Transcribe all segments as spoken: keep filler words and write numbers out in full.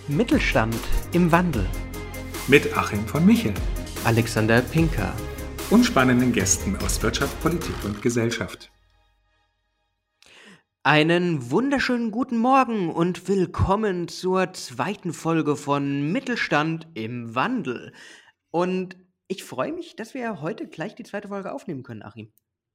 Mittelstand im Wandel. Mit Achim von Michel. Alexander Pinker. Und spannenden Gästen aus Wirtschaft, Politik und Gesellschaft. Einen wunderschönen guten Morgen und willkommen zur zweiten Folge von Mittelstand im Wandel. Und ich freue mich, dass wir heute gleich die zweite Folge aufnehmen können, Achim.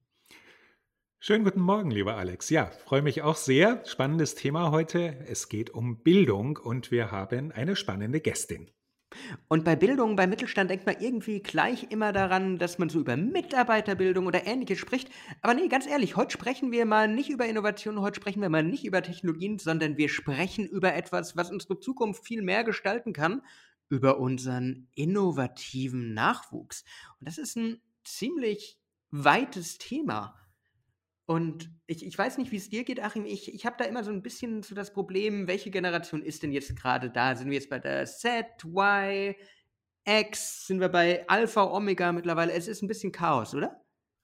Schönen guten Morgen, lieber Alex. Ja, freue mich auch sehr. Spannendes Thema heute. Es geht um Bildung und wir haben eine spannende Gästin. Und bei Bildung, bei Mittelstand denkt man irgendwie gleich immer daran, dass man so über Mitarbeiterbildung oder Ähnliches spricht. Aber nee, ganz ehrlich, heute sprechen wir mal nicht über Innovation, heute sprechen wir mal nicht über Technologien, sondern wir sprechen über etwas, was unsere Zukunft viel mehr gestalten kann, über unseren innovativen Nachwuchs. Und das ist ein ziemlich weites Thema. Und ich, ich weiß nicht, wie es dir geht, Achim. Ich, ich habe da immer so ein bisschen so das Problem, welche Generation ist denn jetzt gerade da? Sind wir jetzt bei der Z, Y, X? Sind wir bei Alpha, Omega mittlerweile? Es ist ein bisschen Chaos, oder?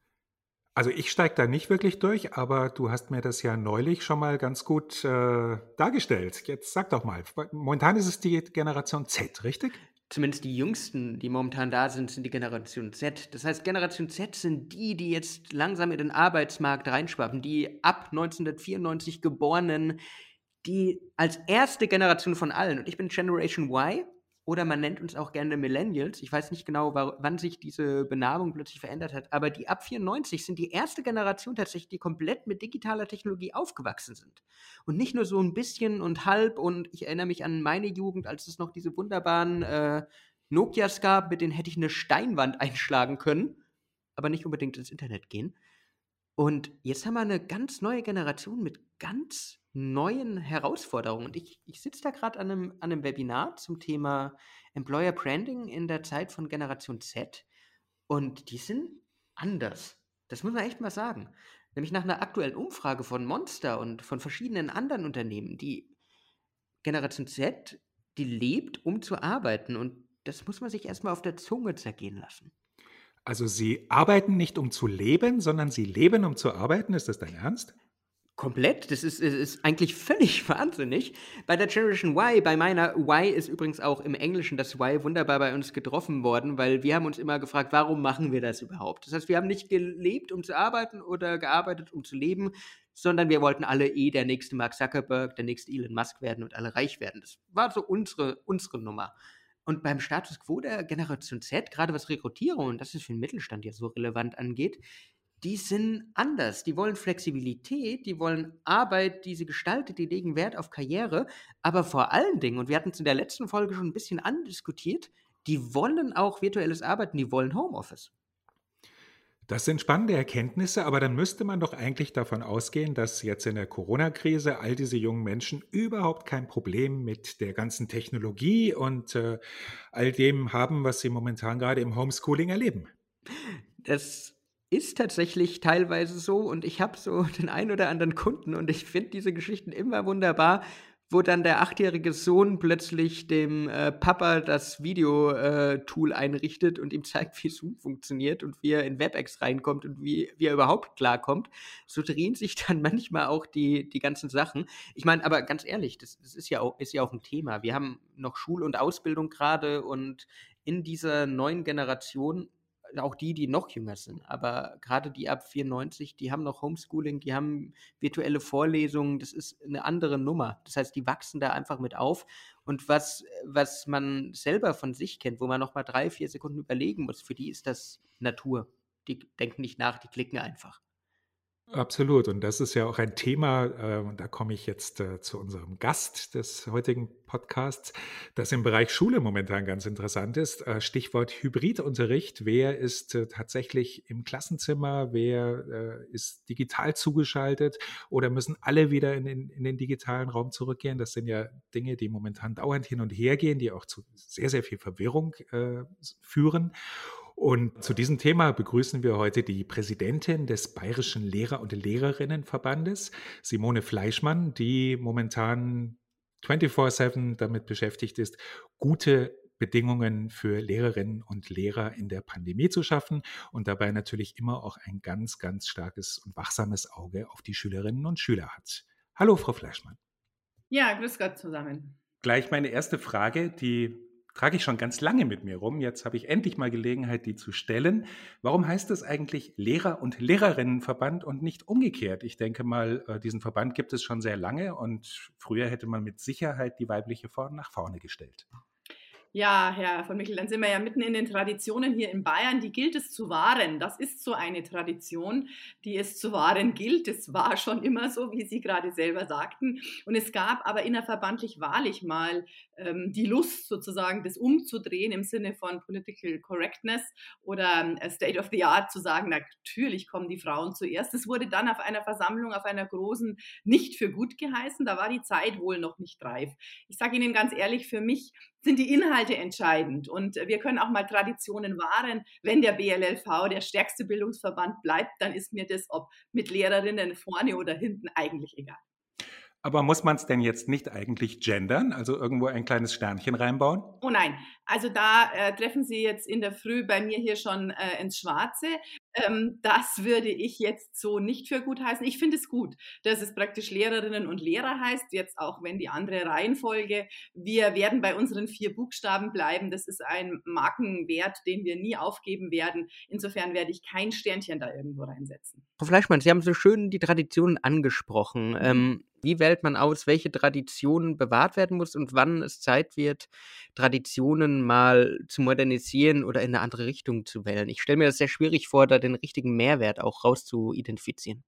Also ich steige da nicht wirklich durch, aber du hast mir das ja neulich schon mal ganz gut äh, dargestellt. Jetzt sag doch mal, momentan ist es die Generation Z, richtig? Zumindest die Jüngsten, die momentan da sind, sind die Generation Z. Das heißt, Generation Z sind die, die jetzt langsam in den Arbeitsmarkt reinschwappen, die ab neunzehnhundertvierundneunzig Geborenen, die als erste Generation von allen, und ich bin Generation Y, oder man nennt uns auch gerne Millennials, ich weiß nicht genau, wa- wann sich diese Benamung plötzlich verändert hat, aber die ab vierundneunzig sind die erste Generation tatsächlich, die komplett mit digitaler Technologie aufgewachsen sind. Und nicht nur so ein bisschen und halb, und ich erinnere mich an meine Jugend, als es noch diese wunderbaren äh, Nokias gab, mit denen hätte ich eine Steinwand einschlagen können, aber nicht unbedingt ins Internet gehen. Und jetzt haben wir eine ganz neue Generation mit ganz neuen Herausforderungen. Und ich ich sitze da gerade an einem an 'nem Webinar zum Thema Employer Branding in der Zeit von Generation Z, und die sind anders. Das muss man echt mal sagen. Nämlich nach einer aktuellen Umfrage von Monster und von verschiedenen anderen Unternehmen, die Generation Z, die lebt, um zu arbeiten, und das muss man sich erst mal auf der Zunge zergehen lassen. Also sie arbeiten nicht, um zu leben, sondern sie leben, um zu arbeiten. Ist das dein Ernst? Komplett, das ist, es ist eigentlich völlig wahnsinnig. Bei der Generation Y, bei meiner Y ist übrigens auch im Englischen das Y wunderbar bei uns getroffen worden, weil wir haben uns immer gefragt, warum machen wir das überhaupt? Das heißt, wir haben nicht gelebt, um zu arbeiten, oder gearbeitet, um zu leben, sondern wir wollten alle eh der nächste Mark Zuckerberg, der nächste Elon Musk werden und alle reich werden. Das war so unsere, unsere Nummer. Und beim Status quo der Generation Z, gerade was Rekrutierung, und das ist für den Mittelstand ja so relevant angeht, die sind anders. Die wollen Flexibilität, die wollen Arbeit, die sie gestaltet, die legen Wert auf Karriere, aber vor allen Dingen, und wir hatten es in der letzten Folge schon ein bisschen andiskutiert, die wollen auch virtuelles Arbeiten, die wollen Homeoffice. Das sind spannende Erkenntnisse, aber dann müsste man doch eigentlich davon ausgehen, dass jetzt in der Corona-Krise all diese jungen Menschen überhaupt kein Problem mit der ganzen Technologie und äh, all dem haben, was sie momentan gerade im Homeschooling erleben. Das ist tatsächlich teilweise so, und ich habe so den einen oder anderen Kunden, und ich finde diese Geschichten immer wunderbar, wo dann der achtjährige Sohn plötzlich dem äh, Papa das Video-Tool einrichtet und ihm zeigt, wie Zoom funktioniert und wie er in WebEx reinkommt und wie, wie er überhaupt klarkommt. So drehen sich dann manchmal auch die, die ganzen Sachen. Ich meine, aber ganz ehrlich, das, das ist ja auch, ist ja auch ein Thema. Wir haben noch Schul- und Ausbildung gerade, und in dieser neuen Generation auch die, die noch jünger sind, aber gerade die ab vierundneunzig, die haben noch Homeschooling, die haben virtuelle Vorlesungen, das ist eine andere Nummer. Das heißt, die wachsen da einfach mit auf, und was was man selber von sich kennt, wo man noch mal drei, vier Sekunden überlegen muss, für die ist das Natur. Die denken nicht nach, die klicken einfach. Absolut. Und das ist ja auch ein Thema, äh, und da komme ich jetzt äh, zu unserem Gast des heutigen Podcasts, das im Bereich Schule momentan ganz interessant ist. Äh, Stichwort Hybridunterricht. Wer ist äh, tatsächlich im Klassenzimmer? Wer äh, ist digital zugeschaltet? Oder müssen alle wieder in den, in den digitalen Raum zurückgehen? Das sind ja Dinge, die momentan dauernd hin und her gehen, die auch zu sehr, sehr viel Verwirrung äh, führen. Und zu diesem Thema begrüßen wir heute die Präsidentin des Bayerischen Lehrer- und Lehrerinnenverbandes, Simone Fleischmann, die momentan vierundzwanzig sieben damit beschäftigt ist, gute Bedingungen für Lehrerinnen und Lehrer in der Pandemie zu schaffen und dabei natürlich immer auch ein ganz, ganz starkes und wachsames Auge auf die Schülerinnen und Schüler hat. Hallo, Frau Fleischmann. Ja, grüß Gott zusammen. Gleich meine erste Frage, die trage ich schon ganz lange mit mir rum. Jetzt habe ich endlich mal Gelegenheit, die zu stellen. Warum heißt es eigentlich Lehrer- und Lehrerinnenverband und nicht umgekehrt? Ich denke mal, äh, diesen Verband gibt es schon sehr lange und früher hätte man mit Sicherheit die weibliche Form nach vorne gestellt. Ja, Herr von Michel, dann sind wir ja mitten in den Traditionen hier in Bayern. Die gilt es zu wahren. Das ist so eine Tradition, die es zu wahren gilt. Es war schon immer so, wie Sie gerade selber sagten. Und es gab aber innerverbandlich wahrlich mal ähm, die Lust, sozusagen das umzudrehen im Sinne von Political Correctness oder äh, State of the Art zu sagen, natürlich kommen die Frauen zuerst. Das wurde dann auf einer Versammlung, auf einer großen, nicht für gut geheißen. Da war die Zeit wohl noch nicht reif. Ich sage Ihnen ganz ehrlich, für mich sind die Inhalte entscheidend. Und wir können auch mal Traditionen wahren. Wenn der B L L V der stärkste Bildungsverband bleibt, dann ist mir das, ob mit Lehrerinnen vorne oder hinten, eigentlich egal. Aber muss man es denn jetzt nicht eigentlich gendern, also irgendwo ein kleines Sternchen reinbauen? Oh nein, also da äh, treffen Sie jetzt in der Früh bei mir hier schon äh, ins Schwarze. Ähm, das würde ich jetzt so nicht für gut heißen. Ich finde es gut, dass es praktisch Lehrerinnen und Lehrer heißt, jetzt auch wenn die andere Reihenfolge. Wir werden bei unseren vier Buchstaben bleiben. Das ist ein Markenwert, den wir nie aufgeben werden. Insofern werde ich kein Sternchen da irgendwo reinsetzen. Frau Fleischmann, Sie haben so schön die Traditionen angesprochen. Ähm, wie wählt man aus, welche Tradition bewahrt werden muss und wann es Zeit wird, Traditionen mal zu modernisieren oder in eine andere Richtung zu wählen? Ich stelle mir das sehr schwierig vor, da den richtigen Mehrwert auch rauszuidentifizieren.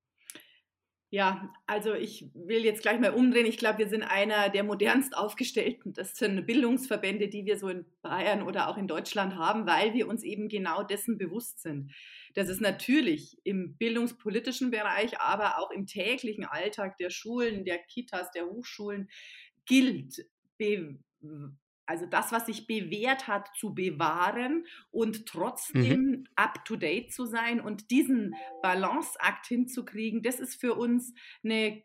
Ja, also ich will jetzt gleich mal umdrehen. Ich glaube, wir sind einer der modernst aufgestellten, das sind Bildungsverbände, die wir so in Bayern oder auch in Deutschland haben, weil wir uns eben genau dessen bewusst sind, dass es natürlich im bildungspolitischen Bereich, aber auch im täglichen Alltag der Schulen, der Kitas, der Hochschulen gilt, be also das, was sich bewährt hat, zu bewahren und Mhm. trotzdem up-to-date zu sein und diesen Balanceakt hinzukriegen, das ist für uns eine,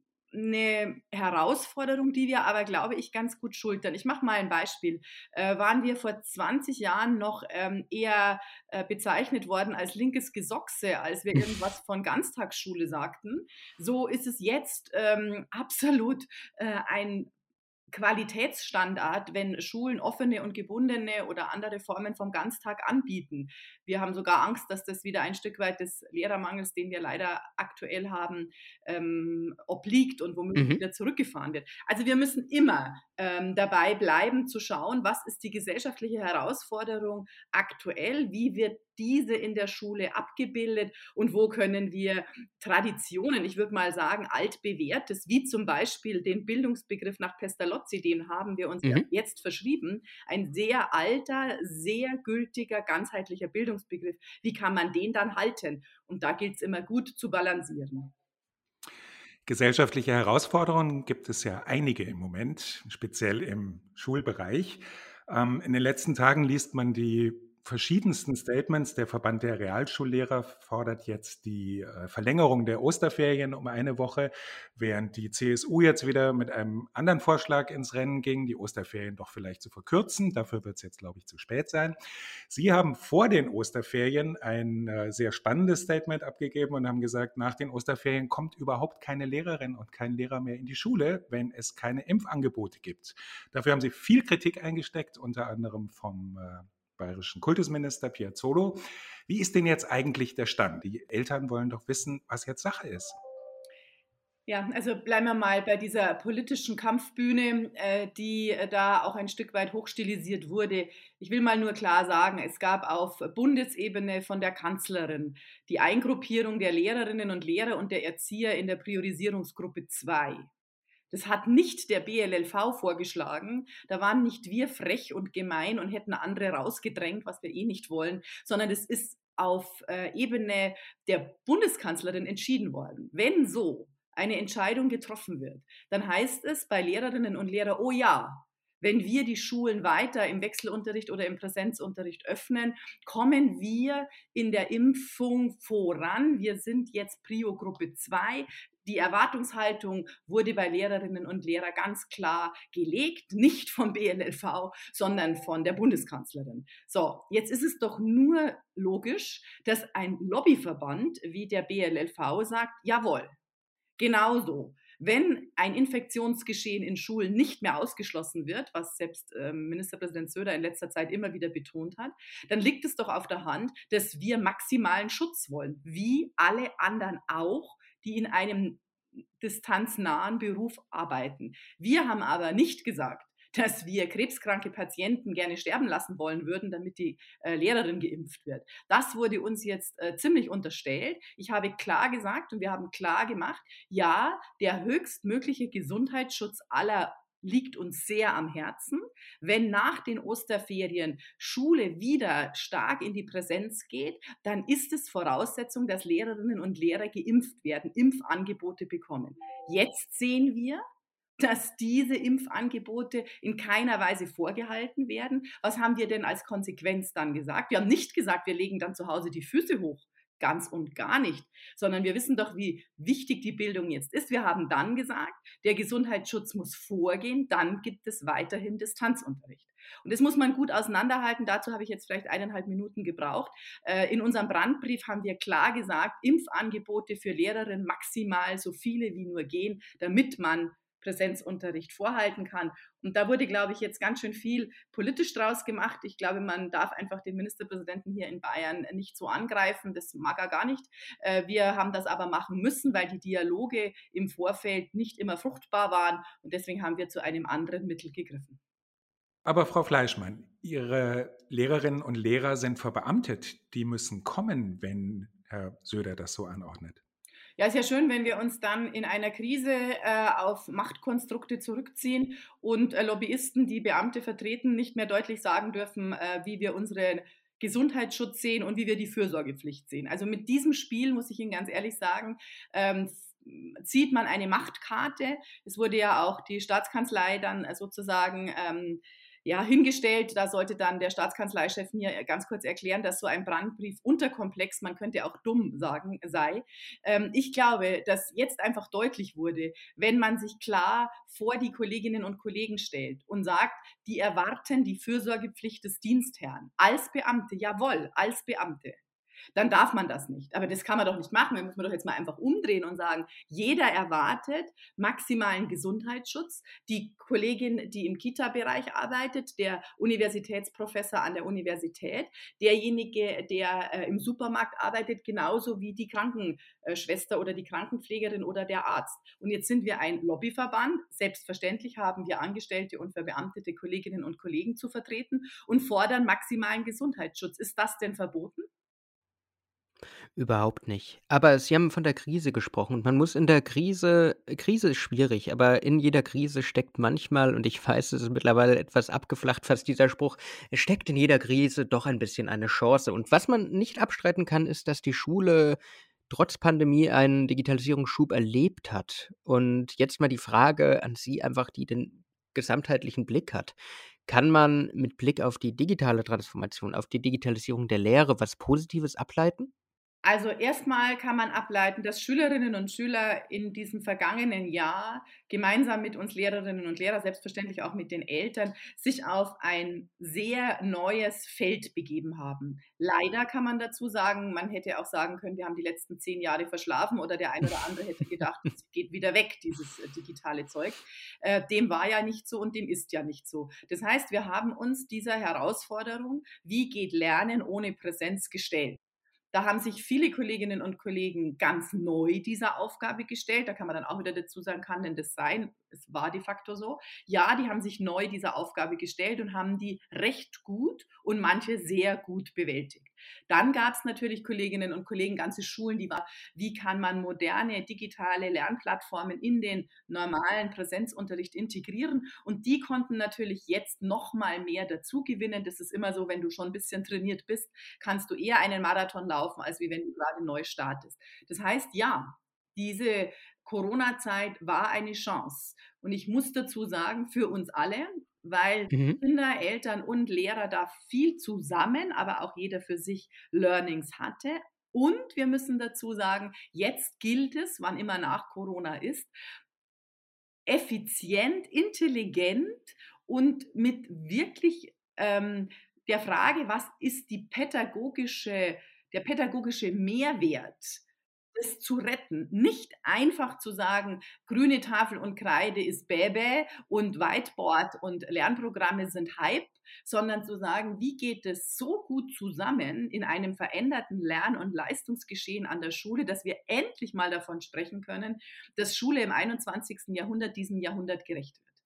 eine Herausforderung, die wir aber, glaube ich, ganz gut schultern. Ich mache mal ein Beispiel. Äh, waren wir vor zwanzig Jahren noch ähm, eher äh, bezeichnet worden als linkes Gesochse, als wir irgendwas von Ganztagsschule sagten, so ist es jetzt ähm, absolut äh, ein Qualitätsstandard, wenn Schulen offene und gebundene oder andere Formen vom Ganztag anbieten. Wir haben sogar Angst, dass das wieder ein Stück weit des Lehrermangels, den wir leider aktuell haben, ähm, obliegt und womöglich Mhm. wieder zurückgefahren wird. Also wir müssen immer ähm, dabei bleiben zu schauen, was ist die gesellschaftliche Herausforderung aktuell, wie wird diese in der Schule abgebildet und wo können wir Traditionen, ich würde mal sagen, altbewährtes, wie zum Beispiel den Bildungsbegriff nach Pestalozzi, den haben wir uns ja Mhm. jetzt verschrieben, ein sehr alter, sehr gültiger, ganzheitlicher Bildungsbegriff. Wie kann man den dann halten? Und da gilt es immer gut zu balancieren. Gesellschaftliche Herausforderungen gibt es ja einige im Moment, speziell im Schulbereich. Ähm, in den letzten Tagen liest man die verschiedensten Statements. Der Verband der Realschullehrer fordert jetzt die äh, Verlängerung der Osterferien um eine Woche, während die C S U jetzt wieder mit einem anderen Vorschlag ins Rennen ging, die Osterferien doch vielleicht zu verkürzen. Dafür wird es jetzt, glaube ich, zu spät sein. Sie haben vor den Osterferien ein äh, sehr spannendes Statement abgegeben und haben gesagt, nach den Osterferien kommt überhaupt keine Lehrerin und kein Lehrer mehr in die Schule, wenn es keine Impfangebote gibt. Dafür haben Sie viel Kritik eingesteckt, unter anderem vom äh, bayerischen Kultusminister Piazzolo. Wie ist denn jetzt eigentlich der Stand? Die Eltern wollen doch wissen, was jetzt Sache ist. Ja, also bleiben wir mal bei dieser politischen Kampfbühne, äh, die äh, da auch ein Stück weit hochstilisiert wurde. Ich will mal nur klar sagen, es gab auf Bundesebene von der Kanzlerin die Eingruppierung der Lehrerinnen und Lehrer und der Erzieher in der Priorisierungsgruppe zwei. Das hat nicht der B L L V vorgeschlagen. Da waren nicht wir frech und gemein und hätten andere rausgedrängt, was wir eh nicht wollen, sondern es ist auf äh, Ebene der Bundeskanzlerin entschieden worden. Wenn so eine Entscheidung getroffen wird, dann heißt es bei Lehrerinnen und Lehrern, oh ja, wenn wir die Schulen weiter im Wechselunterricht oder im Präsenzunterricht öffnen, kommen wir in der Impfung voran. Wir sind jetzt Prio-Gruppe zwei. Die Erwartungshaltung wurde bei Lehrerinnen und Lehrern ganz klar gelegt, nicht vom B L L V, sondern von der Bundeskanzlerin. So, jetzt ist es doch nur logisch, dass ein Lobbyverband wie der B L L V sagt, jawohl, genauso. Wenn ein Infektionsgeschehen in Schulen nicht mehr ausgeschlossen wird, was selbst äh, Ministerpräsident Söder in letzter Zeit immer wieder betont hat, dann liegt es doch auf der Hand, dass wir maximalen Schutz wollen, wie alle anderen auch, die in einem distanznahen Beruf arbeiten. Wir haben aber nicht gesagt, dass wir krebskranke Patienten gerne sterben lassen wollen würden, damit die äh, Lehrerin geimpft wird. Das wurde uns jetzt äh, ziemlich unterstellt. Ich habe klar gesagt und wir haben klar gemacht, ja, der höchstmögliche Gesundheitsschutz aller liegt uns sehr am Herzen. Wenn nach den Osterferien Schule wieder stark in die Präsenz geht, dann ist es Voraussetzung, dass Lehrerinnen und Lehrer geimpft werden, Impfangebote bekommen. Jetzt sehen wir, dass diese Impfangebote in keiner Weise vorgehalten werden. Was haben wir denn als Konsequenz dann gesagt? Wir haben nicht gesagt, wir legen dann zu Hause die Füße hoch. Ganz und gar nicht, sondern wir wissen doch, wie wichtig die Bildung jetzt ist. Wir haben dann gesagt, der Gesundheitsschutz muss vorgehen, dann gibt es weiterhin Distanzunterricht. Und das muss man gut auseinanderhalten. Dazu habe ich jetzt vielleicht eineinhalb Minuten gebraucht. In unserem Brandbrief haben wir klar gesagt, Impfangebote für Lehrerinnen maximal so viele wie nur gehen, damit man Präsenzunterricht vorhalten kann. Und da wurde, glaube ich, jetzt ganz schön viel politisch draus gemacht. Ich glaube, man darf einfach den Ministerpräsidenten hier in Bayern nicht so angreifen. Das mag er gar nicht. Wir haben das aber machen müssen, weil die Dialoge im Vorfeld nicht immer fruchtbar waren. Und deswegen haben wir zu einem anderen Mittel gegriffen. Aber Frau Fleischmann, Ihre Lehrerinnen und Lehrer sind verbeamtet. Die müssen kommen, wenn Herr Söder das so anordnet. Ja, ist ja schön, wenn wir uns dann in einer Krise äh, auf Machtkonstrukte zurückziehen und äh, Lobbyisten, die Beamte vertreten, nicht mehr deutlich sagen dürfen, äh, wie wir unseren Gesundheitsschutz sehen und wie wir die Fürsorgepflicht sehen. Also mit diesem Spiel, muss ich Ihnen ganz ehrlich sagen, ähm, zieht man eine Machtkarte. Es wurde ja auch die Staatskanzlei dann sozusagen ähm, ja, hingestellt. Da sollte dann der Staatskanzleichef mir ganz kurz erklären, dass so ein Brandbrief unterkomplex, man könnte auch dumm sagen, sei. Ähm, ich glaube, dass jetzt einfach deutlich wurde, wenn man sich klar vor die Kolleginnen und Kollegen stellt und sagt, die erwarten die Fürsorgepflicht des Dienstherrn als Beamte, jawohl, als Beamte. Dann darf man das nicht. Aber das kann man doch nicht machen. Da muss man doch jetzt mal einfach umdrehen und sagen, jeder erwartet maximalen Gesundheitsschutz. Die Kollegin, die im Kita-Bereich arbeitet, der Universitätsprofessor an der Universität, derjenige, der äh, im Supermarkt arbeitet, genauso wie die Krankenschwester oder die Krankenpflegerin oder der Arzt. Und jetzt sind wir ein Lobbyverband. Selbstverständlich haben wir Angestellte und verbeamtete Kolleginnen und Kollegen zu vertreten und fordern maximalen Gesundheitsschutz. Ist das denn verboten? Überhaupt nicht. Aber Sie haben von der Krise gesprochen. Man muss in der Krise Krise ist schwierig, aber in jeder Krise steckt manchmal, und ich weiß, es ist mittlerweile etwas abgeflacht, fast dieser Spruch, es steckt in jeder Krise doch ein bisschen eine Chance. Und was man nicht abstreiten kann, ist, dass die Schule trotz Pandemie einen Digitalisierungsschub erlebt hat. Und jetzt mal die Frage an Sie einfach, die den gesamtheitlichen Blick hat. Kann man mit Blick auf die digitale Transformation, auf die Digitalisierung der Lehre was Positives ableiten? Also erstmal kann man ableiten, dass Schülerinnen und Schüler in diesem vergangenen Jahr gemeinsam mit uns Lehrerinnen und Lehrern, selbstverständlich auch mit den Eltern, sich auf ein sehr neues Feld begeben haben. Leider kann man dazu sagen, man hätte auch sagen können, wir haben die letzten zehn Jahre verschlafen oder der eine oder andere hätte gedacht, es geht wieder weg, dieses digitale Zeug. Äh, dem war ja nicht so und dem ist ja nicht so. Das heißt, wir haben uns dieser Herausforderung, wie geht Lernen ohne Präsenz, gestellt. Da haben sich viele Kolleginnen und Kollegen ganz neu dieser Aufgabe gestellt. Da kann man dann auch wieder dazu sagen, kann denn das sein? Es war de facto so. Ja, die haben sich neu dieser Aufgabe gestellt und haben die recht gut und manche sehr gut bewältigt. Dann gab es natürlich Kolleginnen und Kollegen, ganze Schulen, die war, wie kann man moderne digitale Lernplattformen in den normalen Präsenzunterricht integrieren? Und die konnten natürlich jetzt noch mal mehr dazu gewinnen. Das ist immer so, wenn du schon ein bisschen trainiert bist, kannst du eher einen Marathon laufen, als wie wenn du gerade neu startest. Das heißt, ja, diese Corona-Zeit war eine Chance. Und ich muss dazu sagen, für uns alle, weil Mhm. Kinder, Eltern und Lehrer da viel zusammen, aber auch jeder für sich Learnings hatte. Und wir müssen dazu sagen, jetzt gilt es, wann immer nach Corona ist, effizient, intelligent und mit wirklich ähm, der Frage, was ist die pädagogische, der pädagogische Mehrwert das zu retten. Nicht einfach zu sagen, grüne Tafel und Kreide ist Bäbä und Whiteboard und Lernprogramme sind Hype, sondern zu sagen, wie geht es so gut zusammen in einem veränderten Lern- und Leistungsgeschehen an der Schule, dass wir endlich mal davon sprechen können, dass Schule im einundzwanzigsten Jahrhundert diesem Jahrhundert gerecht wird.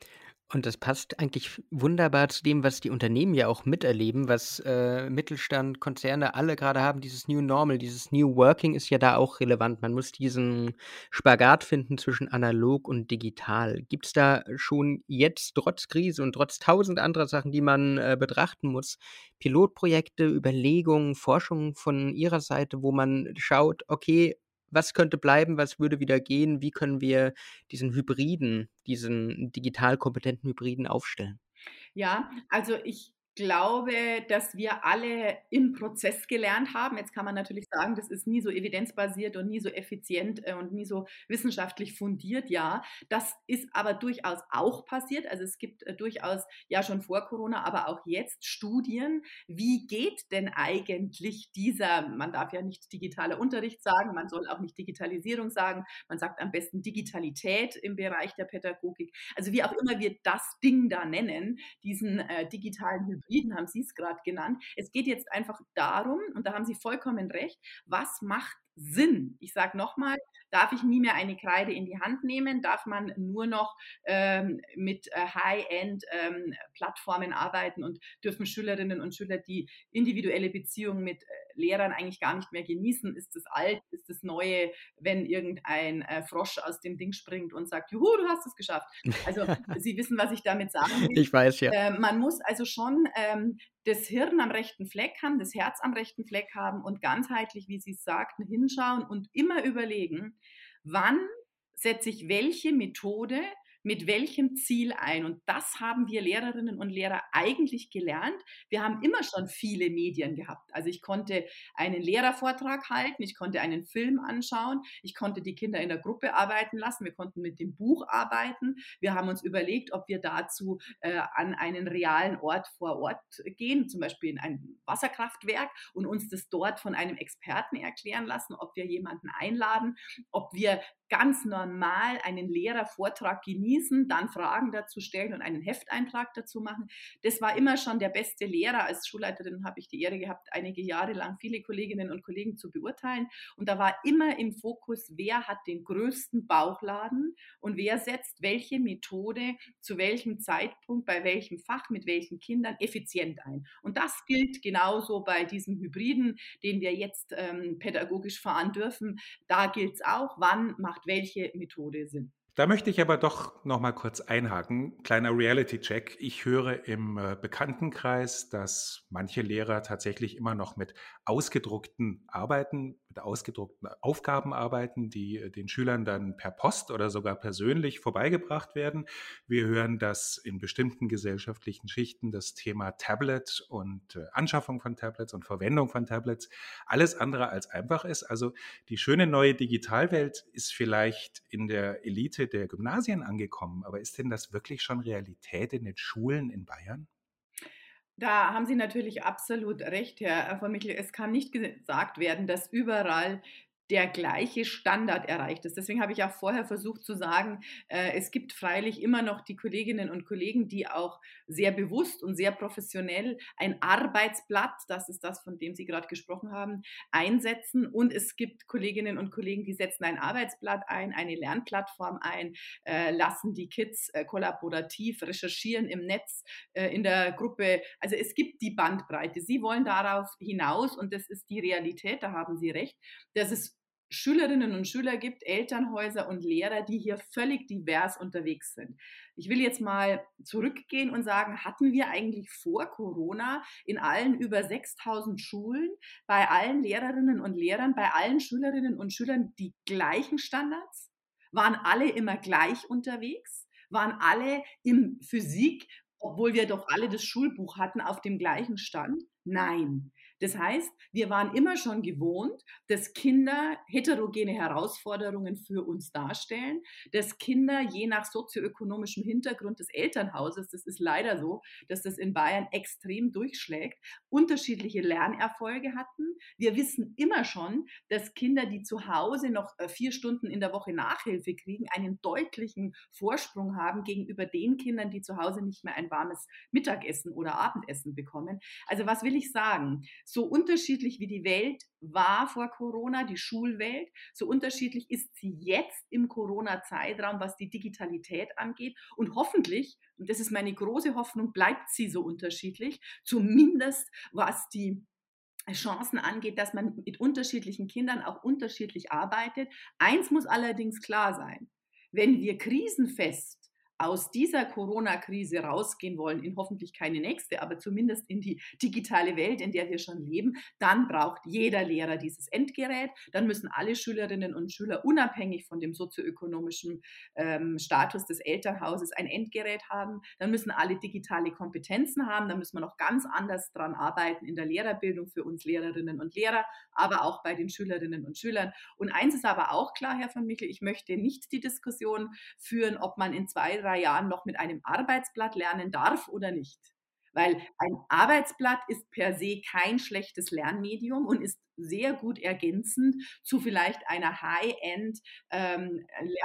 Und das passt eigentlich wunderbar zu dem, was die Unternehmen ja auch miterleben, was, äh, Mittelstand, Konzerne alle gerade haben. Dieses New Normal, dieses New Working ist ja da auch relevant. Man muss diesen Spagat finden zwischen analog und digital. Gibt es da schon jetzt trotz Krise und trotz tausend anderer Sachen, die man, äh, betrachten muss, Pilotprojekte, Überlegungen, Forschung von Ihrer Seite, wo man schaut: „Okay, was könnte bleiben, was würde wieder gehen? Wie können wir diesen Hybriden, diesen digital kompetenten Hybriden aufstellen?“ Ja, also ich glaube, dass wir alle im Prozess gelernt haben. Jetzt kann man natürlich sagen, das ist nie so evidenzbasiert und nie so effizient äh, und nie so wissenschaftlich fundiert. Ja, das ist aber durchaus auch passiert. Also es gibt äh, durchaus ja schon vor Corona, aber auch jetzt Studien. Wie geht denn eigentlich dieser, man darf ja nicht digitaler Unterricht sagen, man soll auch nicht Digitalisierung sagen, man sagt am besten Digitalität im Bereich der Pädagogik. Also wie auch immer wir das Ding da nennen, diesen äh, digitalen Hybriden, haben Sie es gerade genannt. Es geht jetzt einfach darum, und da haben Sie vollkommen recht, was macht Sinn? Ich sage nochmal, darf ich nie mehr eine Kreide in die Hand nehmen? Darf man nur noch ähm, mit äh, High-End-Plattformen ähm, arbeiten und dürfen Schülerinnen und Schüler die individuelle Beziehung mit äh, Lehrern eigentlich gar nicht mehr genießen? Ist das alt? Ist das Neue, wenn irgendein äh, Frosch aus dem Ding springt und sagt, juhu, du hast es geschafft? Also Sie wissen, was ich damit sagen will. Ich weiß, ja. Äh, man muss also schon ähm, das Hirn am rechten Fleck haben, das Herz am rechten Fleck haben und ganzheitlich, wie Sie es sagten, hinschauen und immer überlegen, wann setze ich welche Methode mit welchem Ziel ein. Und das haben wir Lehrerinnen und Lehrer eigentlich gelernt. Wir haben immer schon viele Medien gehabt. Also ich konnte einen Lehrervortrag halten, ich konnte einen Film anschauen, ich konnte die Kinder in der Gruppe arbeiten lassen, wir konnten mit dem Buch arbeiten. Wir haben uns überlegt, ob wir dazu äh, an einen realen Ort vor Ort gehen, zum Beispiel in ein Wasserkraftwerk und uns das dort von einem Experten erklären lassen, ob wir jemanden einladen, ob wir ganz normal einen Lehrervortrag genießen, dann Fragen dazu stellen und einen Hefteintrag dazu machen. Das war immer schon der beste Lehrer. Als Schulleiterin habe ich die Ehre gehabt, einige Jahre lang viele Kolleginnen und Kollegen zu beurteilen. Und da war immer im Fokus, wer hat den größten Bauchladen und wer setzt welche Methode zu welchem Zeitpunkt, bei welchem Fach, mit welchen Kindern effizient ein. Und das gilt genauso bei diesem Hybriden, den wir jetzt ähm, pädagogisch fahren dürfen. Da gilt es auch, wann macht welche Methode Sinn. Da möchte ich aber doch noch mal kurz einhaken. Kleiner Reality-Check. Ich höre im äh, Bekanntenkreis, dass manche Lehrer tatsächlich immer noch mit ausgedruckten Arbeiten, mit ausgedruckten Aufgaben arbeiten, die äh, den Schülern dann per Post oder sogar persönlich vorbeigebracht werden. Wir hören, dass in bestimmten gesellschaftlichen Schichten das Thema Tablet und äh, Anschaffung von Tablets und Verwendung von Tablets alles andere als einfach ist. Also die schöne neue Digitalwelt ist vielleicht in der Elite der Gymnasien angekommen, aber ist denn das wirklich schon Realität in den Schulen in Bayern? Da haben Sie natürlich absolut recht, Herr von Michel. Es kann nicht gesagt werden, dass überall der gleiche Standard erreicht ist. Deswegen habe ich auch vorher versucht zu sagen, äh, es gibt freilich immer noch die Kolleginnen und Kollegen, die auch sehr bewusst und sehr professionell ein Arbeitsblatt, das ist das, von dem Sie gerade gesprochen haben, einsetzen. Und es gibt Kolleginnen und Kollegen, die setzen ein Arbeitsblatt ein, eine Lernplattform ein, äh, lassen die Kids äh, kollaborativ recherchieren im Netz, äh, in der Gruppe. Also es gibt die Bandbreite. Sie wollen darauf hinaus und das ist die Realität, da haben Sie recht, dass es Schülerinnen und Schüler gibt, Elternhäuser und Lehrer, die hier völlig divers unterwegs sind. Ich will jetzt mal zurückgehen und sagen, hatten wir eigentlich vor Corona in allen über sechstausend Schulen, bei allen Lehrerinnen und Lehrern, bei allen Schülerinnen und Schülern die gleichen Standards? Waren alle immer gleich unterwegs? Waren alle in Physik, obwohl wir doch alle das Schulbuch hatten, auf dem gleichen Stand? Nein. Das heißt, wir waren immer schon gewohnt, dass Kinder heterogene Herausforderungen für uns darstellen, dass Kinder je nach sozioökonomischem Hintergrund des Elternhauses, das ist leider so, dass das in Bayern extrem durchschlägt, unterschiedliche Lernerfolge hatten. Wir wissen immer schon, dass Kinder, die zu Hause noch äh, vier Stunden in der Woche Nachhilfe kriegen, einen deutlichen Vorsprung haben gegenüber den Kindern, die zu Hause nicht mehr ein warmes Mittagessen oder Abendessen bekommen. Also was will ich sagen? So unterschiedlich wie die Welt war vor Corona, die Schulwelt, so unterschiedlich ist sie jetzt im Corona-Zeitraum, was die Digitalität angeht. Und hoffentlich, und das ist meine große Hoffnung, bleibt sie so unterschiedlich, zumindest was die Chancen angeht, dass man mit unterschiedlichen Kindern auch unterschiedlich arbeitet. Eins muss allerdings klar sein: Wenn wir krisenfest aus dieser Corona-Krise rausgehen wollen, in hoffentlich keine nächste, aber zumindest in die digitale Welt, in der wir schon leben, dann braucht jeder Lehrer dieses Endgerät. Dann müssen alle Schülerinnen und Schüler unabhängig von dem sozioökonomischen ähm, Status des Elternhauses ein Endgerät haben. Dann müssen alle digitale Kompetenzen haben. Dann müssen wir noch ganz anders dran arbeiten in der Lehrerbildung für uns Lehrerinnen und Lehrer, aber auch bei den Schülerinnen und Schülern. Und eins ist aber auch klar, Herr von Michel, ich möchte nicht die Diskussion führen, ob man in zwei, drei Jahren noch mit einem Arbeitsblatt lernen darf oder nicht. Weil ein Arbeitsblatt ist per se kein schlechtes Lernmedium und ist sehr gut ergänzend zu vielleicht einer High-End ähm,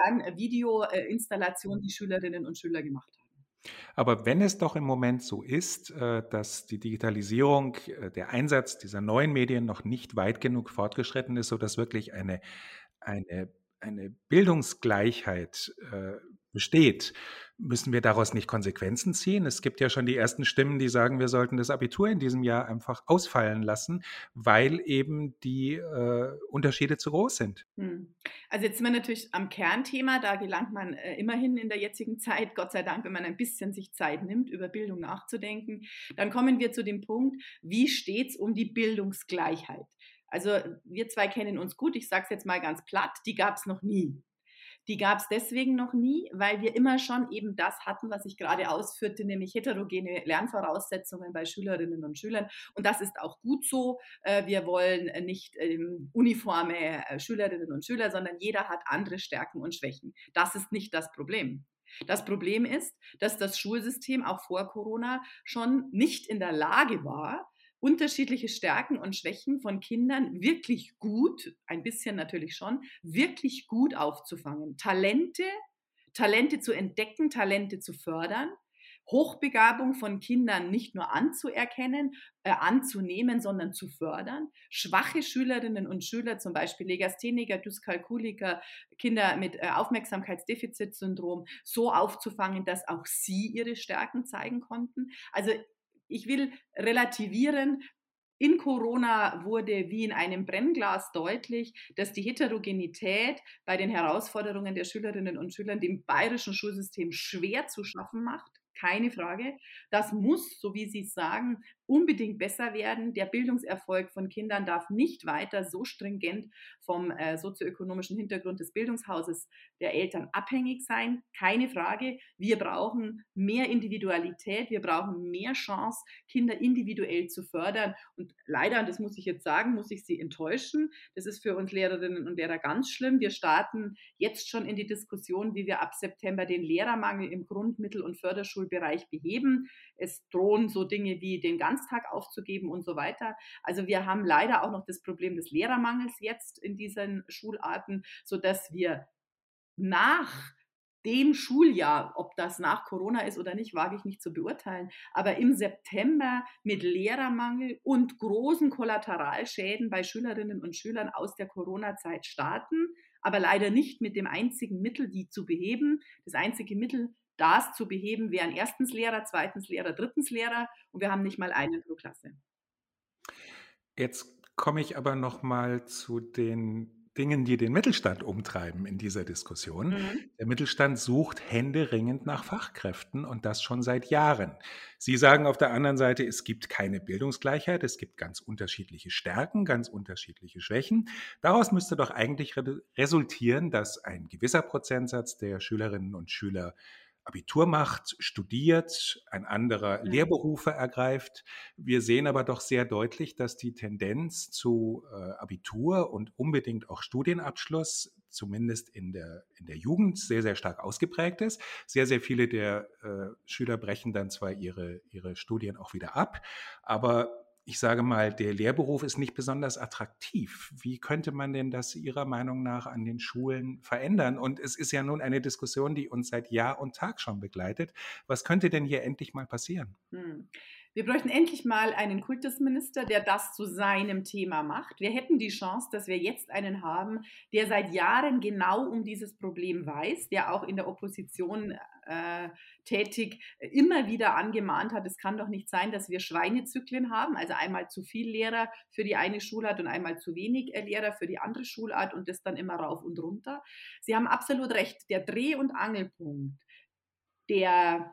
Lernvideo-Installation, die Schülerinnen und Schüler gemacht haben. Aber wenn es doch im Moment so ist, äh, dass die Digitalisierung, äh, der Einsatz dieser neuen Medien noch nicht weit genug fortgeschritten ist, sodass wirklich eine, eine, eine Bildungsgleichheit äh, besteht, müssen wir daraus nicht Konsequenzen ziehen? Es gibt ja schon die ersten Stimmen, die sagen, wir sollten das Abitur in diesem Jahr einfach ausfallen lassen, weil eben die äh, Unterschiede zu groß sind. Hm. Also jetzt sind wir natürlich am Kernthema, da gelangt man äh, immerhin in der jetzigen Zeit, Gott sei Dank, wenn man ein bisschen sich Zeit nimmt, über Bildung nachzudenken. Dann kommen wir zu dem Punkt, wie steht es um die Bildungsgleichheit? Also wir zwei kennen uns gut, ich sage es jetzt mal ganz platt, die gab es noch nie. Die gab es deswegen noch nie, weil wir immer schon eben das hatten, was ich gerade ausführte, nämlich heterogene Lernvoraussetzungen bei Schülerinnen und Schülern. Und das ist auch gut so. Wir wollen nicht uniforme Schülerinnen und Schüler, sondern jeder hat andere Stärken und Schwächen. Das ist nicht das Problem. Das Problem ist, dass das Schulsystem auch vor Corona schon nicht in der Lage war, unterschiedliche Stärken und Schwächen von Kindern wirklich gut, ein bisschen natürlich schon, wirklich gut aufzufangen. Talente, Talente zu entdecken, Talente zu fördern, Hochbegabung von Kindern nicht nur anzuerkennen, äh, anzunehmen, sondern zu fördern. Schwache Schülerinnen und Schüler, zum Beispiel Legastheniker, Dyskalkuliker, Kinder mit äh, Aufmerksamkeitsdefizitsyndrom, so aufzufangen, dass auch sie ihre Stärken zeigen konnten. Also ich will relativieren. In Corona wurde wie in einem Brennglas deutlich, dass die Heterogenität bei den Herausforderungen der Schülerinnen und Schüler dem bayerischen Schulsystem schwer zu schaffen macht. Keine Frage. Das muss, so wie Sie es sagen, unbedingt besser werden. Der Bildungserfolg von Kindern darf nicht weiter so stringent vom äh, sozioökonomischen Hintergrund des Bildungshauses der Eltern abhängig sein. Keine Frage. Wir brauchen mehr Individualität. Wir brauchen mehr Chance, Kinder individuell zu fördern. Und leider, und das muss ich jetzt sagen, muss ich Sie enttäuschen. Das ist für uns Lehrerinnen und Lehrer ganz schlimm. Wir starten jetzt schon in die Diskussion, wie wir ab September den Lehrermangel im Grund-, Mittel- und Förderschulbereich beheben. Es drohen so Dinge wie den Ganztag aufzugeben und so weiter. Also wir haben leider auch noch das Problem des Lehrermangels jetzt in diesen Schularten, sodass wir nach dem Schuljahr, ob das nach Corona ist oder nicht, wage ich nicht zu beurteilen, aber im September mit Lehrermangel und großen Kollateralschäden bei Schülerinnen und Schülern aus der Corona-Zeit starten, aber leider nicht mit dem einzigen Mittel, die zu beheben. Das einzige Mittel, das zu beheben, wären erstens Lehrer, zweitens Lehrer, drittens Lehrer und wir haben nicht mal einen pro Klasse. Jetzt komme ich aber noch mal zu den Dingen, die den Mittelstand umtreiben in dieser Diskussion. Mhm. Der Mittelstand sucht händeringend nach Fachkräften und das schon seit Jahren. Sie sagen auf der anderen Seite, es gibt keine Bildungsgleichheit, es gibt ganz unterschiedliche Stärken, ganz unterschiedliche Schwächen. Daraus müsste doch eigentlich re- resultieren, dass ein gewisser Prozentsatz der Schülerinnen und Schüler Abitur macht, studiert, ein anderer Mhm. Lehrberufe ergreift. Wir sehen aber doch sehr deutlich, dass die Tendenz zu äh, Abitur und unbedingt auch Studienabschluss zumindest in der, in der Jugend sehr, sehr stark ausgeprägt ist. Sehr, sehr viele der äh, Schüler brechen dann zwar ihre, ihre Studien auch wieder ab, aber ich sage mal, der Lehrberuf ist nicht besonders attraktiv. Wie könnte man denn das Ihrer Meinung nach an den Schulen verändern? Und es ist ja nun eine Diskussion, die uns seit Jahr und Tag schon begleitet. Was könnte denn hier endlich mal passieren? Hm. Wir bräuchten endlich mal einen Kultusminister, der das zu seinem Thema macht. Wir hätten die Chance, dass wir jetzt einen haben, der seit Jahren genau um dieses Problem weiß, der auch in der Opposition äh, tätig immer wieder angemahnt hat, es kann doch nicht sein, dass wir Schweinezyklen haben, also einmal zu viel Lehrer für die eine Schulart und einmal zu wenig äh, Lehrer für die andere Schulart und das dann immer rauf und runter. Sie haben absolut recht, der Dreh- und Angelpunkt der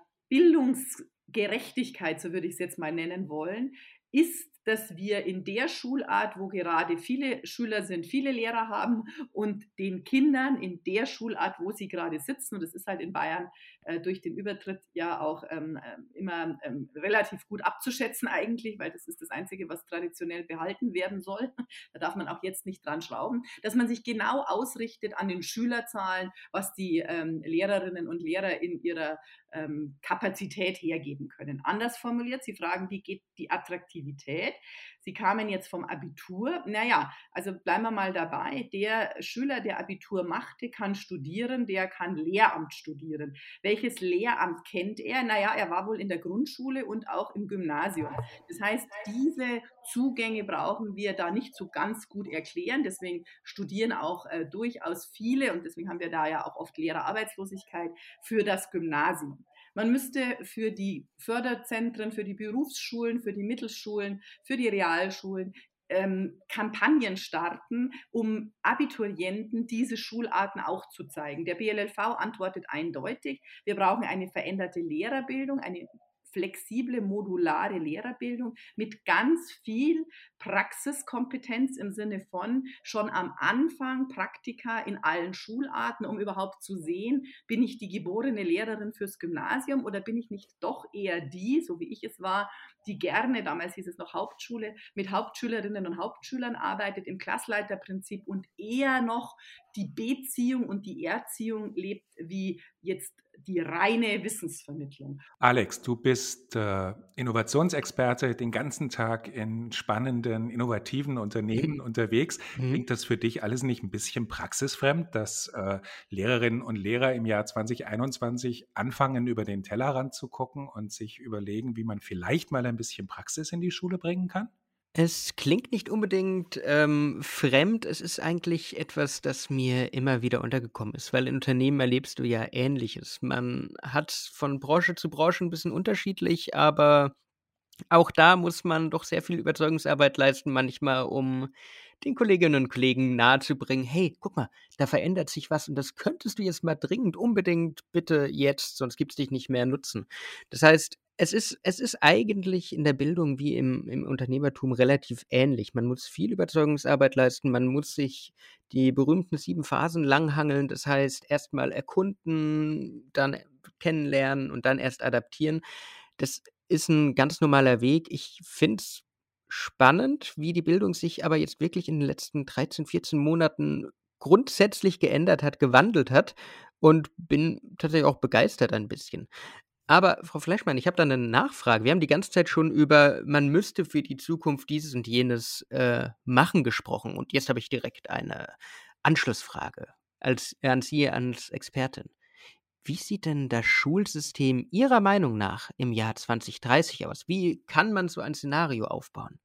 Bildungsgerechtigkeit, so würde ich es jetzt mal nennen wollen, ist, dass wir in der Schulart, wo gerade viele Schüler sind, viele Lehrer haben und den Kindern in der Schulart, wo sie gerade sitzen, und das ist halt in Bayern äh, durch den Übertritt ja auch ähm, äh, immer ähm, relativ gut abzuschätzen eigentlich, weil das ist das Einzige, was traditionell behalten werden soll. Da darf man auch jetzt nicht dran schrauben, dass man sich genau ausrichtet an den Schülerzahlen, was die ähm, Lehrerinnen und Lehrer in ihrer ähm, Kapazität hergeben können. Anders formuliert, Sie fragen, wie geht die Attraktivität? Sie kamen jetzt vom Abitur. Naja, also bleiben wir mal dabei. Der Schüler, der Abitur machte, kann studieren, der kann Lehramt studieren. Welches Lehramt kennt er? Naja, er war wohl in der Grundschule und auch im Gymnasium. Das heißt, diese Zugänge brauchen wir da nicht so ganz gut erklären. Deswegen studieren auch äh, durchaus viele und deswegen haben wir da ja auch oft Lehrerarbeitslosigkeit für das Gymnasium. Man müsste für die Förderzentren, für die Berufsschulen, für die Mittelschulen, für die Realschulen ähm, Kampagnen starten, um Abiturienten diese Schularten auch zu zeigen. Der B L L V antwortet eindeutig, wir brauchen eine veränderte Lehrerbildung, eine flexible, modulare Lehrerbildung mit ganz viel Praxiskompetenz im Sinne von schon am Anfang Praktika in allen Schularten, um überhaupt zu sehen, bin ich die geborene Lehrerin fürs Gymnasium oder bin ich nicht doch eher die, so wie ich es war, die gerne, damals hieß es noch Hauptschule, mit Hauptschülerinnen und Hauptschülern arbeitet im Klassleiterprinzip und eher noch die Beziehung und die Erziehung lebt, wie jetzt die reine Wissensvermittlung. Alex, du bist äh, Innovationsexperte, den ganzen Tag in spannenden, innovativen Unternehmen unterwegs. Mhm. Klingt das für dich alles nicht ein bisschen praxisfremd, dass äh, Lehrerinnen und Lehrer im Jahr zwanzig einundzwanzig anfangen, über den Tellerrand zu gucken und sich überlegen, wie man vielleicht mal ein bisschen Praxis in die Schule bringen kann? Es klingt nicht unbedingt, ähm, fremd. Es ist eigentlich etwas, das mir immer wieder untergekommen ist, weil in Unternehmen erlebst du ja Ähnliches. Man hat von Branche zu Branche ein bisschen unterschiedlich, aber auch da muss man doch sehr viel Überzeugungsarbeit leisten manchmal, um den Kolleginnen und Kollegen nahezubringen: „Hey, guck mal, da verändert sich was und das könntest du jetzt mal dringend unbedingt bitte jetzt, sonst gibt's dich nicht mehr nutzen.“ Das heißt, es ist es ist eigentlich in der Bildung wie im im Unternehmertum relativ ähnlich. Man muss viel Überzeugungsarbeit leisten, man muss sich die berühmten sieben Phasen langhangeln. Das heißt, erst mal erkunden, dann kennenlernen und dann erst adaptieren. Das ist 'n ganz normaler Weg. Ich finde es spannend, wie die Bildung sich aber jetzt wirklich in den letzten dreizehn, vierzehn Monaten grundsätzlich geändert hat, gewandelt hat und bin tatsächlich auch begeistert ein bisschen. Aber Frau Fleischmann, ich habe da 'ne Nachfrage. Wir haben die ganze Zeit schon über man müsste für die Zukunft dieses und jenes, äh, machen gesprochen und jetzt habe ich direkt eine Anschlussfrage als an Sie als Expertin. Wie sieht denn das Schulsystem Ihrer Meinung nach im Jahr zwanzig dreißig aus? Wie kann man so ein Szenario aufbauen?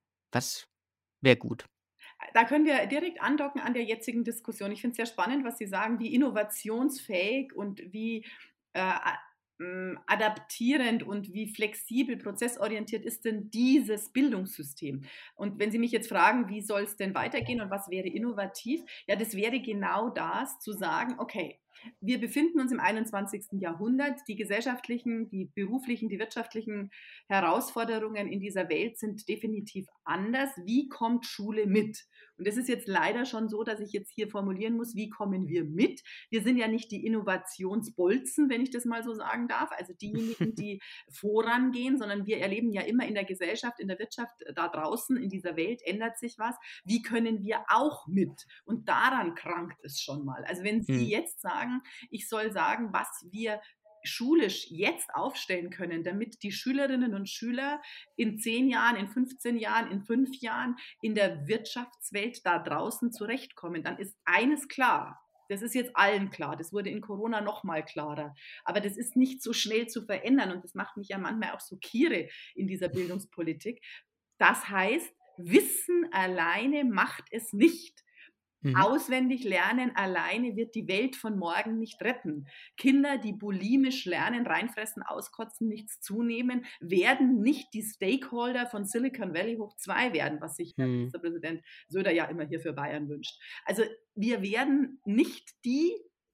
Was wäre gut? Da können wir direkt andocken an der jetzigen Diskussion. Ich finde es sehr spannend, was Sie sagen, wie innovationsfähig und wie äh, a- m, adaptierend und wie flexibel, prozessorientiert ist denn dieses Bildungssystem? Und wenn Sie mich jetzt fragen, wie soll es denn weitergehen und was wäre innovativ? Ja, das wäre genau das, zu sagen, okay, wir befinden uns im einundzwanzigsten. Jahrhundert. Die gesellschaftlichen, die beruflichen, die wirtschaftlichen Herausforderungen in dieser Welt sind definitiv anders. Wie kommt Schule mit? Und es ist jetzt leider schon so, dass ich jetzt hier formulieren muss, wie kommen wir mit? Wir sind ja nicht die Innovationsbolzen, wenn ich das mal so sagen darf, also diejenigen, die vorangehen, sondern wir erleben ja immer in der Gesellschaft, in der Wirtschaft, äh, da draußen, in dieser Welt ändert sich was. Wie können wir auch mit? Und daran krankt es schon mal. Also wenn Sie Mhm. jetzt sagen, ich soll sagen, was wir schulisch jetzt aufstellen können, damit die Schülerinnen und Schüler in zehn Jahren, in fünfzehn Jahren, in fünf Jahren in der Wirtschaftswelt da draußen zurechtkommen, dann ist eines klar. Das ist jetzt allen klar. Das wurde in Corona noch mal klarer. Aber das ist nicht so schnell zu verändern. Und das macht mich ja manchmal auch so kirre in dieser Bildungspolitik. Das heißt, Wissen alleine macht es nicht. Mhm. Auswendig lernen alleine wird die Welt von morgen nicht retten. Kinder, die bulimisch lernen, reinfressen, auskotzen, nichts zunehmen, werden nicht die Stakeholder von Silicon Valley hoch zwei werden, was sich Herr Mhm. Ministerpräsident Söder ja immer hier für Bayern wünscht. Also wir werden nicht die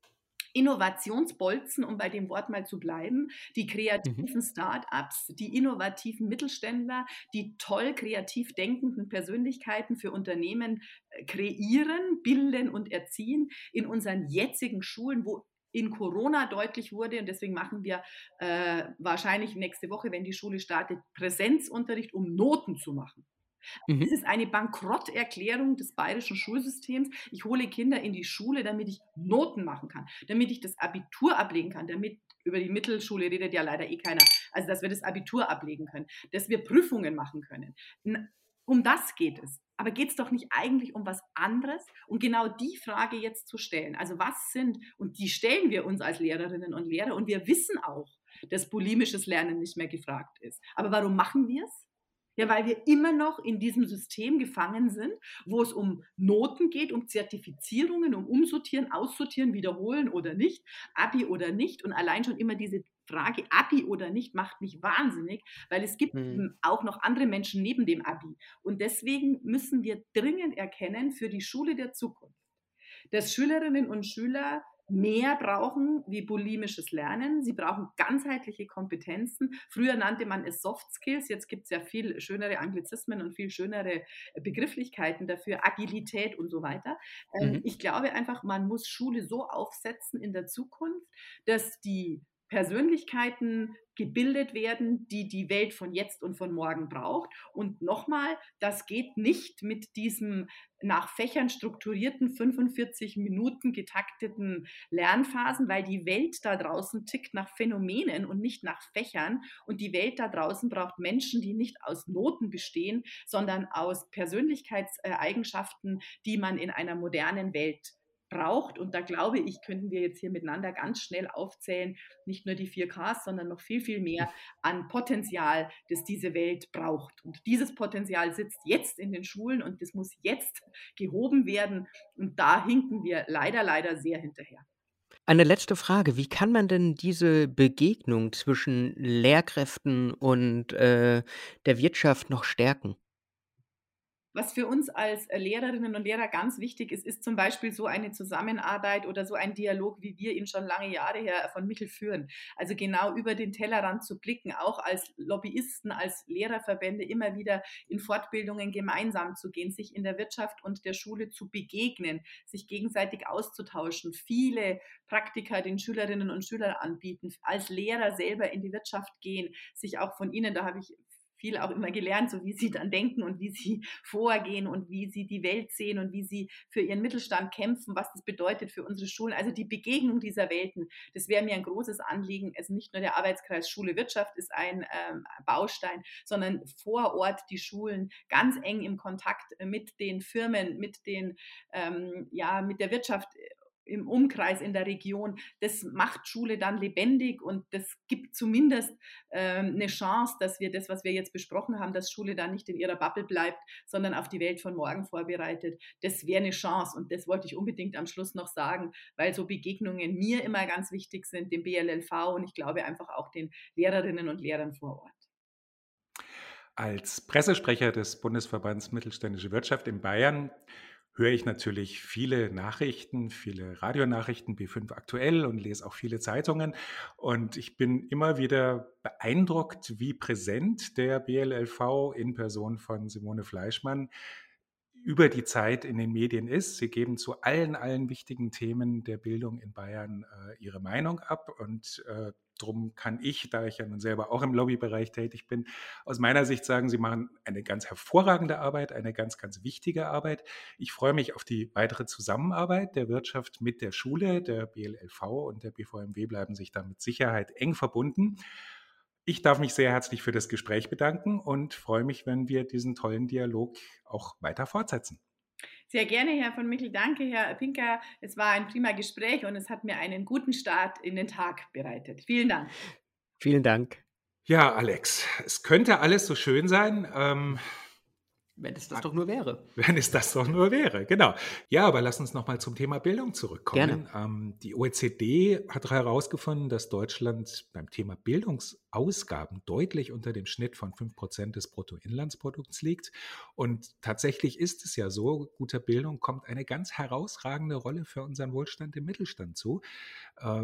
Innovationsbolzen, um bei dem Wort mal zu bleiben, die Mhm. kreativen Start-ups, die innovativen Mittelständler, die toll kreativ denkenden Persönlichkeiten für Unternehmen äh, kreieren, bilden und erziehen in unseren jetzigen Schulen, wo in Corona deutlich wurde, und deswegen machen wir äh, wahrscheinlich nächste Woche, wenn die Schule startet, Präsenzunterricht, um Noten zu machen. Es Mhm. ist eine Bankrotterklärung des bayerischen Schulsystems. Ich hole Kinder in die Schule, damit ich Noten machen kann, damit ich das Abitur ablegen kann, damit über die Mittelschule redet ja leider eh keiner. Also, dass wir das Abitur ablegen können, dass wir Prüfungen machen können. N- Um das geht es. Aber geht es doch nicht eigentlich um was anderes? Und genau die Frage jetzt zu stellen. Also was sind, und die stellen wir uns als Lehrerinnen und Lehrer, und wir wissen auch, dass bulimisches Lernen nicht mehr gefragt ist. Aber warum machen wir es? Ja, weil wir immer noch in diesem System gefangen sind, wo es um Noten geht, um Zertifizierungen, um Umsortieren, Aussortieren, wiederholen oder nicht, Abi oder nicht. Und allein schon immer diese Frage Abi oder nicht macht mich wahnsinnig, weil es gibt Mhm. eben auch noch andere Menschen neben dem Abi. Und deswegen müssen wir dringend erkennen für die Schule der Zukunft, dass Schülerinnen und Schüler mehr brauchen wie bulimisches Lernen. Sie brauchen ganzheitliche Kompetenzen. Früher nannte man es Soft Skills, jetzt gibt es ja viel schönere Anglizismen und viel schönere Begrifflichkeiten dafür, Agilität und so weiter. Ähm, Mhm. ich glaube einfach, man muss Schule so aufsetzen in der Zukunft, dass die Persönlichkeiten gebildet werden, die die Welt von jetzt und von morgen braucht. Und nochmal, das geht nicht mit diesem nach Fächern strukturierten fünfundvierzig Minuten getakteten Lernphasen, weil die Welt da draußen tickt nach Phänomenen und nicht nach Fächern. Und die Welt da draußen braucht Menschen, die nicht aus Noten bestehen, sondern aus Persönlichkeitseigenschaften, die man in einer modernen Welt braucht. Und da glaube ich, könnten wir jetzt hier miteinander ganz schnell aufzählen, nicht nur die vier Ks, sondern noch viel, viel mehr an Potenzial, das diese Welt braucht. Und dieses Potenzial sitzt jetzt in den Schulen und das muss jetzt gehoben werden. Und da hinken wir leider, leider sehr hinterher. Eine letzte Frage: Wie kann man denn diese Begegnung zwischen Lehrkräften und, äh, der Wirtschaft noch stärken? Was für uns als äh, Lehrerinnen und Lehrer ganz wichtig ist, ist zum Beispiel so eine Zusammenarbeit oder so ein Dialog, wie wir ihn schon lange Jahre her von Mittel führen. Also genau über den Tellerrand zu blicken, auch als Lobbyisten, als Lehrerverbände immer wieder in Fortbildungen gemeinsam zu gehen, sich in der Wirtschaft und der Schule zu begegnen, sich gegenseitig auszutauschen, viele Praktika den Schülerinnen und Schülern anbieten, als Lehrer selber in die Wirtschaft gehen, sich auch von ihnen, da habe ich viel auch immer gelernt, so wie sie dann denken und wie sie vorgehen und wie sie die Welt sehen und wie sie für ihren Mittelstand kämpfen, was das bedeutet für unsere Schulen. Also die Begegnung dieser Welten, das wäre mir ein großes Anliegen. Also nicht nur der Arbeitskreis Schule Wirtschaft ist ein ähm, Baustein, sondern vor Ort die Schulen ganz eng im Kontakt mit den Firmen, mit den, ähm, ja, mit der Wirtschaft im Umkreis, in der Region. Das macht Schule dann lebendig und das gibt zumindest ähm, eine Chance, dass wir das, was wir jetzt besprochen haben, dass Schule dann nicht in ihrer Bubble bleibt, sondern auf die Welt von morgen vorbereitet. Das wäre eine Chance und das wollte ich unbedingt am Schluss noch sagen, weil so Begegnungen mir immer ganz wichtig sind, dem B L L V und ich glaube einfach auch den Lehrerinnen und Lehrern vor Ort. Als Pressesprecher des Bundesverbands Mittelständische Wirtschaft in Bayern höre ich natürlich viele Nachrichten, viele Radionachrichten, B fünf aktuell und lese auch viele Zeitungen. Und ich bin immer wieder beeindruckt, wie präsent der B L L V in Person von Simone Fleischmann über die Zeit in den Medien ist. Sie geben zu allen, allen wichtigen Themen der Bildung in Bayern äh, ihre Meinung ab und äh, Drum kann ich, da ich ja nun selber auch im Lobbybereich tätig bin, aus meiner Sicht sagen, Sie machen eine ganz hervorragende Arbeit, eine ganz, ganz wichtige Arbeit. Ich freue mich auf die weitere Zusammenarbeit der Wirtschaft mit der Schule. Der B L L V und der B V M W bleiben sich da mit Sicherheit eng verbunden. Ich darf mich sehr herzlich für das Gespräch bedanken und freue mich, wenn wir diesen tollen Dialog auch weiter fortsetzen. Sehr gerne, Herr von Michel. Danke, Herr Pinker. Es war ein prima Gespräch und es hat mir einen guten Start in den Tag bereitet. Vielen Dank. Vielen Dank. Ja, Alex, es könnte alles so schön sein. Ähm, Wenn es das doch nur wäre. Wenn es das doch nur wäre, genau. Ja, aber lass uns nochmal zum Thema Bildung zurückkommen. Ähm, die O E C D hat herausgefunden, dass Deutschland beim Thema Bildungsausgaben deutlich unter dem Schnitt von fünf Prozent des Bruttoinlandsprodukts liegt. Und tatsächlich ist es ja so, guter Bildung kommt eine ganz herausragende Rolle für unseren Wohlstand im Mittelstand zu. Äh,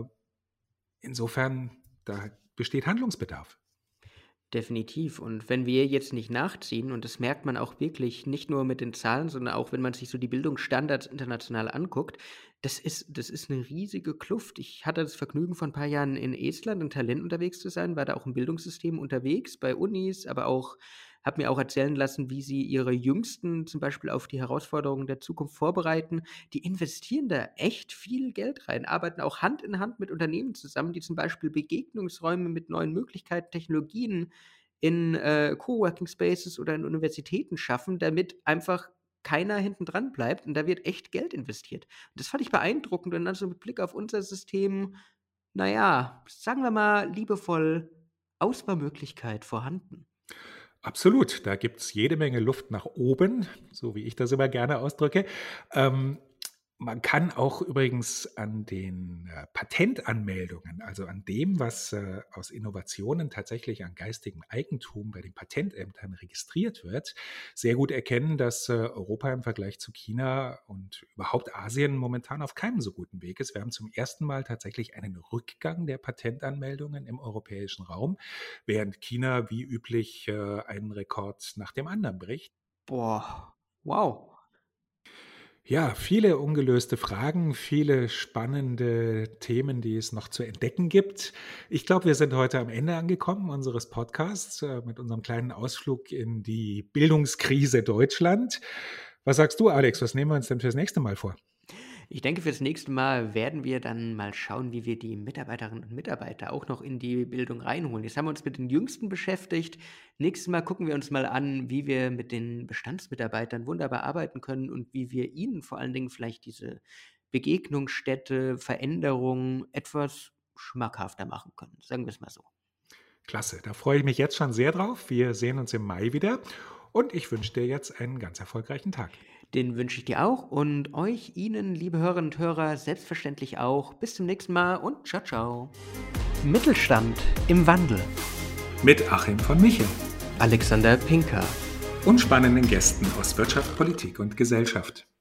insofern, da besteht Handlungsbedarf. Definitiv. Und wenn wir jetzt nicht nachziehen, und das merkt man auch wirklich nicht nur mit den Zahlen, sondern auch, wenn man sich so die Bildungsstandards international anguckt, das ist, das ist eine riesige Kluft. Ich hatte das Vergnügen, vor ein paar Jahren in Estland in Tallinn unterwegs zu sein, war da auch im Bildungssystem unterwegs, bei Unis, aber auch, habe mir auch erzählen lassen, wie sie ihre Jüngsten zum Beispiel auf die Herausforderungen der Zukunft vorbereiten. Die investieren da echt viel Geld rein, arbeiten auch Hand in Hand mit Unternehmen zusammen, die zum Beispiel Begegnungsräume mit neuen Möglichkeiten, Technologien in äh, Coworking Spaces oder in Universitäten schaffen, damit einfach keiner hinten dran bleibt. Und da wird echt Geld investiert. Und das fand ich beeindruckend. Und dann so mit Blick auf unser System, naja, sagen wir mal liebevoll, Ausbaumöglichkeit vorhanden. Absolut, da gibt es jede Menge Luft nach oben, so wie ich das immer gerne ausdrücke. Ähm, man kann auch übrigens an den äh, Patentanmeldungen, also an dem, was äh, aus Innovationen tatsächlich an geistigem Eigentum bei den Patentämtern registriert wird, sehr gut erkennen, dass äh, Europa im Vergleich zu China und überhaupt Asien momentan auf keinem so guten Weg ist. Wir haben zum ersten Mal tatsächlich einen Rückgang der Patentanmeldungen im europäischen Raum, während China wie üblich äh, einen Rekord nach dem anderen bricht. Boah, wow. Ja, viele ungelöste Fragen, viele spannende Themen, die es noch zu entdecken gibt. Ich glaube, wir sind heute am Ende angekommen unseres Podcasts äh, mit unserem kleinen Ausflug in die Bildungskrise Deutschland. Was sagst du, Alex? Was nehmen wir uns denn fürs nächste Mal vor? Ich denke, fürs nächste Mal werden wir dann mal schauen, wie wir die Mitarbeiterinnen und Mitarbeiter auch noch in die Bildung reinholen. Jetzt haben wir uns mit den Jüngsten beschäftigt. Nächstes Mal gucken wir uns mal an, wie wir mit den Bestandsmitarbeitern wunderbar arbeiten können und wie wir ihnen vor allen Dingen vielleicht diese Begegnungsstätte, Veränderungen etwas schmackhafter machen können. Sagen wir es mal so. Klasse, da freue ich mich jetzt schon sehr drauf. Wir sehen uns im Mai wieder und ich wünsche dir jetzt einen ganz erfolgreichen Tag. Den wünsche ich dir auch und euch, Ihnen, liebe Hörerinnen und Hörer, selbstverständlich auch. Bis zum nächsten Mal und ciao, ciao. Mittelstand im Wandel. Mit Achim von Michel, Alexander Pinker und spannenden Gästen aus Wirtschaft, Politik und Gesellschaft.